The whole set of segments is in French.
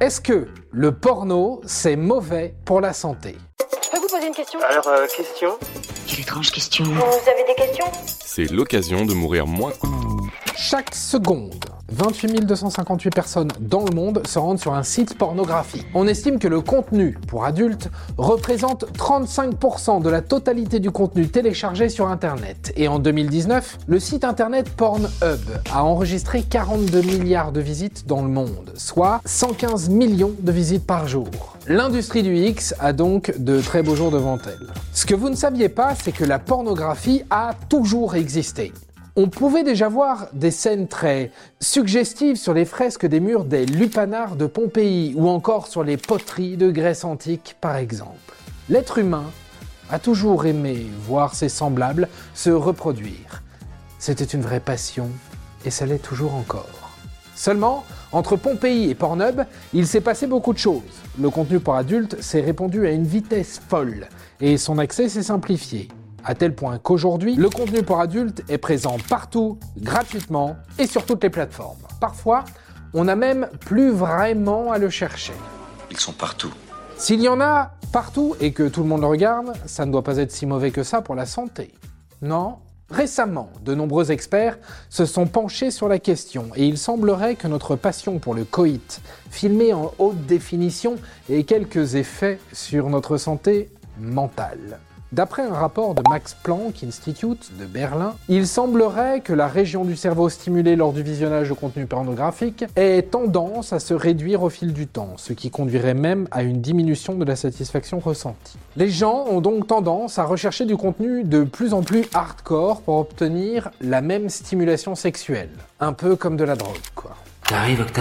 Est-ce que le porno, c'est mauvais pour la santé ? Je peux vous poser une question ? Alors, question ? Quelle étrange question. Vous avez des questions ? C'est l'occasion de mourir moins. Chaque seconde, 28 258 personnes dans le monde se rendent sur un site pornographique. On estime que le contenu pour adultes représente 35% de la totalité du contenu téléchargé sur Internet. Et en 2019, le site Internet Pornhub a enregistré 42 milliards de visites dans le monde, soit 115 millions de visites par jour. L'industrie du X a donc de très beaux jours devant elle. Ce que vous ne saviez pas, c'est que la pornographie a toujours existé. On pouvait déjà voir des scènes très suggestives sur les fresques des murs des lupanars de Pompéi ou encore sur les poteries de Grèce antique par exemple. L'être humain a toujours aimé voir ses semblables se reproduire. C'était une vraie passion et ça l'est toujours encore. Seulement, entre Pompéi et Pornhub, il s'est passé beaucoup de choses. Le contenu pour adultes s'est répandu à une vitesse folle et son accès s'est simplifié. À tel point qu'aujourd'hui, le contenu pour adultes est présent partout, gratuitement et sur toutes les plateformes. Parfois, on n'a même plus vraiment à le chercher. Ils sont partout. S'il y en a partout et que tout le monde le regarde, ça ne doit pas être si mauvais que ça pour la santé. Non ? Récemment, de nombreux experts se sont penchés sur la question et il semblerait que notre passion pour le coït, filmé en haute définition, ait quelques effets sur notre santé mentale. D'après un rapport de Max Planck Institute de Berlin, il semblerait que la région du cerveau stimulée lors du visionnage de contenu pornographique ait tendance à se réduire au fil du temps, ce qui conduirait même à une diminution de la satisfaction ressentie. Les gens ont donc tendance à rechercher du contenu de plus en plus hardcore pour obtenir la même stimulation sexuelle. Un peu comme de la drogue, quoi. T'arrives, Octave ?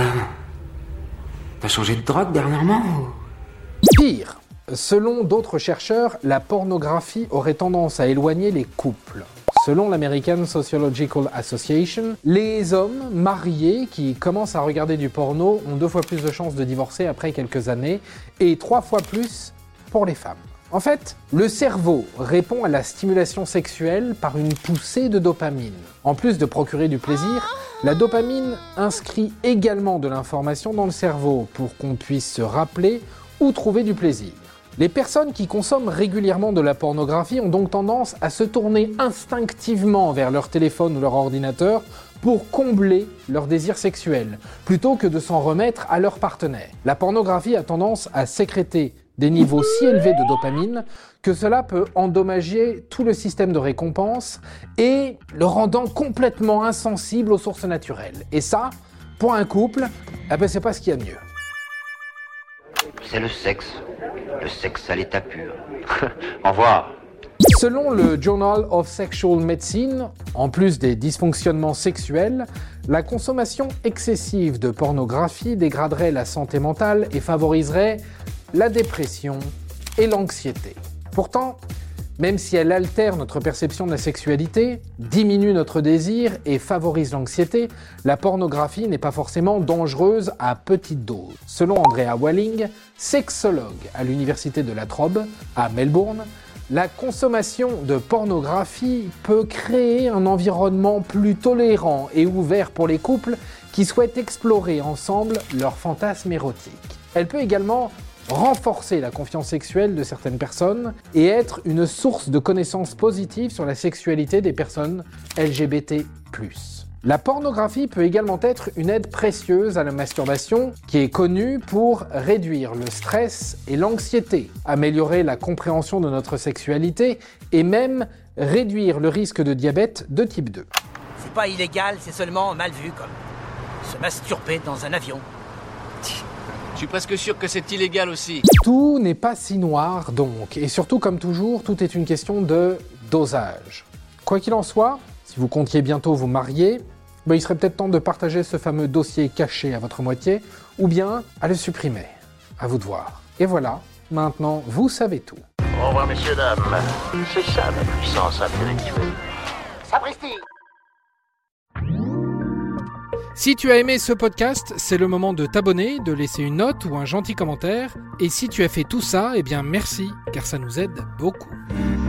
T'as changé de drogue dernièrement ou... Pire, selon d'autres chercheurs, la pornographie aurait tendance à éloigner les couples. Selon l'American Sociological Association, les hommes mariés qui commencent à regarder du porno ont 2 fois plus de chances de divorcer après quelques années et 3 fois plus pour les femmes. En fait, le cerveau répond à la stimulation sexuelle par une poussée de dopamine. En plus de procurer du plaisir, la dopamine inscrit également de l'information dans le cerveau pour qu'on puisse se rappeler ou trouver du plaisir. Les personnes qui consomment régulièrement de la pornographie ont donc tendance à se tourner instinctivement vers leur téléphone ou leur ordinateur pour combler leur désir sexuel, plutôt que de s'en remettre à leur partenaire. La pornographie a tendance à sécréter des niveaux si élevés de dopamine que cela peut endommager tout le système de récompense et le rendant complètement insensible aux sources naturelles. Et ça, pour un couple, c'est pas ce qu'il y a de mieux. C'est le sexe à l'état pur. Au revoir. Selon le Journal of Sexual Medicine, en plus des dysfonctionnements sexuels, la consommation excessive de pornographie dégraderait la santé mentale et favoriserait la dépression et l'anxiété. Pourtant, même si elle altère notre perception de la sexualité, diminue notre désir et favorise l'anxiété, la pornographie n'est pas forcément dangereuse à petite dose. Selon Andrea Walling, sexologue à l'université de La Trobe, à Melbourne, la consommation de pornographie peut créer un environnement plus tolérant et ouvert pour les couples qui souhaitent explorer ensemble leurs fantasmes érotiques. Elle peut également renforcer la confiance sexuelle de certaines personnes et être une source de connaissances positives sur la sexualité des personnes LGBT+. La pornographie peut également être une aide précieuse à la masturbation qui est connue pour réduire le stress et l'anxiété, améliorer la compréhension de notre sexualité et même réduire le risque de diabète de type 2. C'est pas illégal, c'est seulement mal vu comme se masturber dans un avion. Je suis presque sûr que c'est illégal aussi. Tout n'est pas si noir donc, et surtout comme toujours, tout est une question de dosage. Quoi qu'il en soit, si vous comptiez bientôt vous marier, il serait peut-être temps de partager ce fameux dossier caché à votre moitié, ou bien à le supprimer. À vous de voir. Et voilà, maintenant vous savez tout. Au revoir messieurs, dames. C'est ça la puissance intellectuelle. Sapristi! Si tu as aimé ce podcast, c'est le moment de t'abonner, de laisser une note ou un gentil commentaire. Et si tu as fait tout ça, merci, car ça nous aide beaucoup.